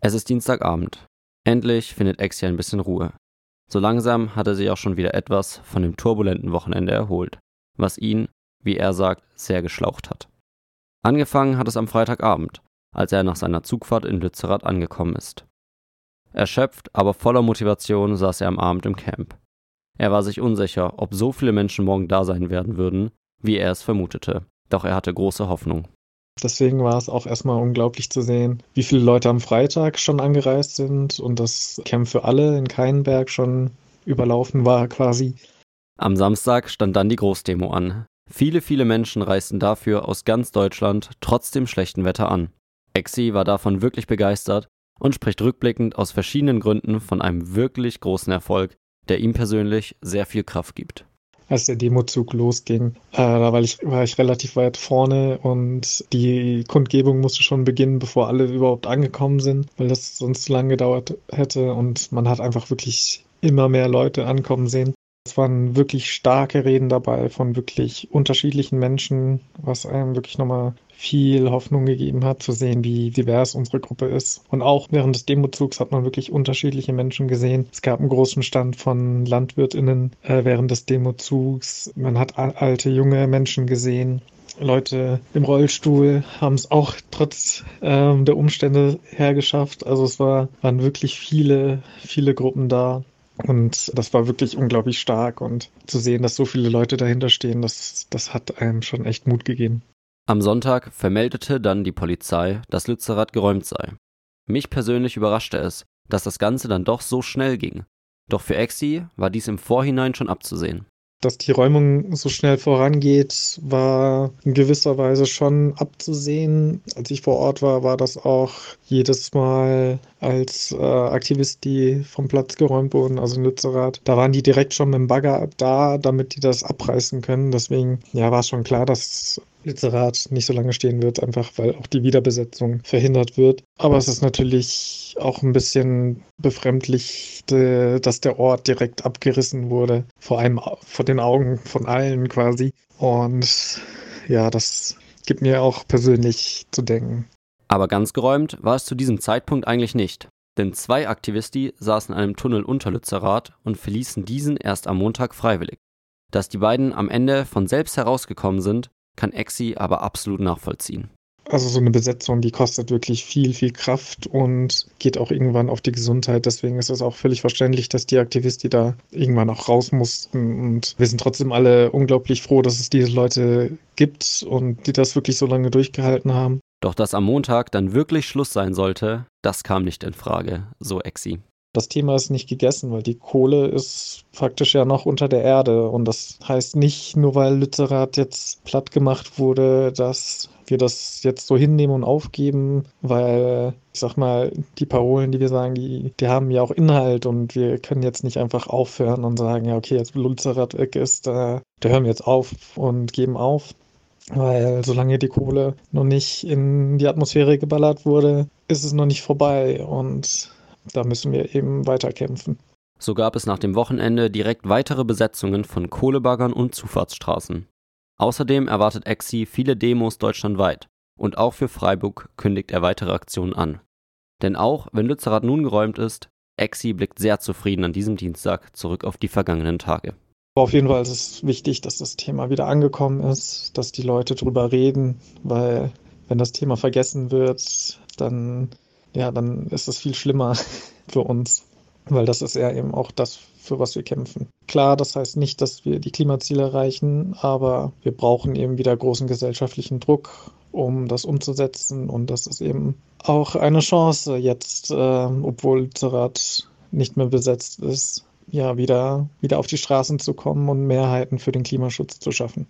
Es ist Dienstagabend. Endlich findet Exi ein bisschen Ruhe. So langsam hat er sich auch schon wieder etwas von dem turbulenten Wochenende erholt, was ihn, wie er sagt, sehr geschlaucht hat. Angefangen hat es am Freitagabend, als er nach seiner Zugfahrt in Lützerath angekommen ist. Erschöpft, aber voller Motivation saß er am Abend im Camp. Er war sich unsicher, ob so viele Menschen morgen da sein werden würden, wie er es vermutete, doch er hatte große Hoffnung. Deswegen war es auch erstmal unglaublich zu sehen, wie viele Leute am Freitag schon angereist sind und das Camp für alle in Keinberg schon überlaufen war quasi. Am Samstag stand dann die Großdemo an. Viele Menschen reisten dafür aus ganz Deutschland trotz dem schlechten Wetter an. Exi war davon wirklich begeistert und spricht rückblickend aus verschiedenen Gründen von einem wirklich großen Erfolg, der ihm persönlich sehr viel Kraft gibt. Als der Demozug losging, da war ich relativ weit vorne und die Kundgebung musste schon beginnen, bevor alle überhaupt angekommen sind, weil das sonst zu lange gedauert hätte und man hat einfach wirklich immer mehr Leute ankommen sehen. Es waren wirklich starke Reden dabei von wirklich unterschiedlichen Menschen, was einem wirklich nochmal viel Hoffnung gegeben hat, zu sehen, wie divers unsere Gruppe ist. Und auch während des Demozugs hat man wirklich unterschiedliche Menschen gesehen. Es gab einen großen Stand von LandwirtInnen während des Demozugs. Man hat alte, junge Menschen gesehen. Leute im Rollstuhl haben es auch trotz der Umstände hergeschafft. Also es waren wirklich viele Gruppen da. Und das war wirklich unglaublich stark. Und zu sehen, dass so viele Leute dahinter stehen, das hat einem schon echt Mut gegeben. Am Sonntag vermeldete dann die Polizei, dass Lützerath geräumt sei. Mich persönlich überraschte es, dass das Ganze dann doch so schnell ging. Doch für Exi war dies im Vorhinein schon abzusehen. Dass die Räumung so schnell vorangeht, war in gewisser Weise schon abzusehen. Als ich vor Ort war, war das auch jedes Mal als Aktivisten, die vom Platz geräumt wurden, also in Lützerath. Da waren die direkt schon mit dem Bagger da, damit die das abreißen können. Deswegen war es schon klar, dass Lützerath nicht so lange stehen wird, einfach weil auch die Wiederbesetzung verhindert wird. Aber es ist natürlich auch ein bisschen befremdlich, dass der Ort direkt abgerissen wurde, vor den Augen von allen quasi. Und ja, das gibt mir auch persönlich zu denken. Aber ganz geräumt war es zu diesem Zeitpunkt eigentlich nicht. Denn 2 Aktivisti saßen in einem Tunnel unter Lützerath und verließen diesen erst am Montag freiwillig. Dass die beiden am Ende von selbst herausgekommen sind, kann Exi aber absolut nachvollziehen. Also so eine Besetzung, die kostet wirklich viel Kraft und geht auch irgendwann auf die Gesundheit. Deswegen ist es auch völlig verständlich, dass die Aktivisten da irgendwann auch raus mussten. Und wir sind trotzdem alle unglaublich froh, dass es diese Leute gibt und die das wirklich so lange durchgehalten haben. Doch dass am Montag dann wirklich Schluss sein sollte, das kam nicht in Frage, so Exi. Das Thema ist nicht gegessen, weil die Kohle ist faktisch ja noch unter der Erde. Und das heißt nicht, nur weil Lützerath jetzt platt gemacht wurde, dass wir das jetzt so hinnehmen und aufgeben, weil, ich sag mal, die Parolen, die wir sagen, die haben ja auch Inhalt und wir können jetzt nicht einfach aufhören und sagen, ja okay, jetzt wo Lützerath weg ist, da hören wir jetzt auf und geben auf. Weil solange die Kohle noch nicht in die Atmosphäre geballert wurde, ist es noch nicht vorbei und da müssen wir eben weiterkämpfen. So gab es nach dem Wochenende direkt weitere Besetzungen von Kohlebaggern und Zufahrtsstraßen. Außerdem erwartet Exi viele Demos deutschlandweit und auch für Freiburg kündigt er weitere Aktionen an. Denn auch wenn Lützerath nun geräumt ist, Exi blickt sehr zufrieden an diesem Dienstag zurück auf die vergangenen Tage. Auf jeden Fall ist es wichtig, dass das Thema wieder angekommen ist, dass die Leute drüber reden, weil wenn das Thema vergessen wird, dann ist es viel schlimmer für uns, weil das ist ja eben auch das, für was wir kämpfen. Klar, das heißt nicht, dass wir die Klimaziele erreichen, aber wir brauchen eben wieder großen gesellschaftlichen Druck, um das umzusetzen und das ist eben auch eine Chance jetzt, obwohl Lützerath nicht mehr besetzt ist, wieder auf die Straßen zu kommen und Mehrheiten für den Klimaschutz zu schaffen.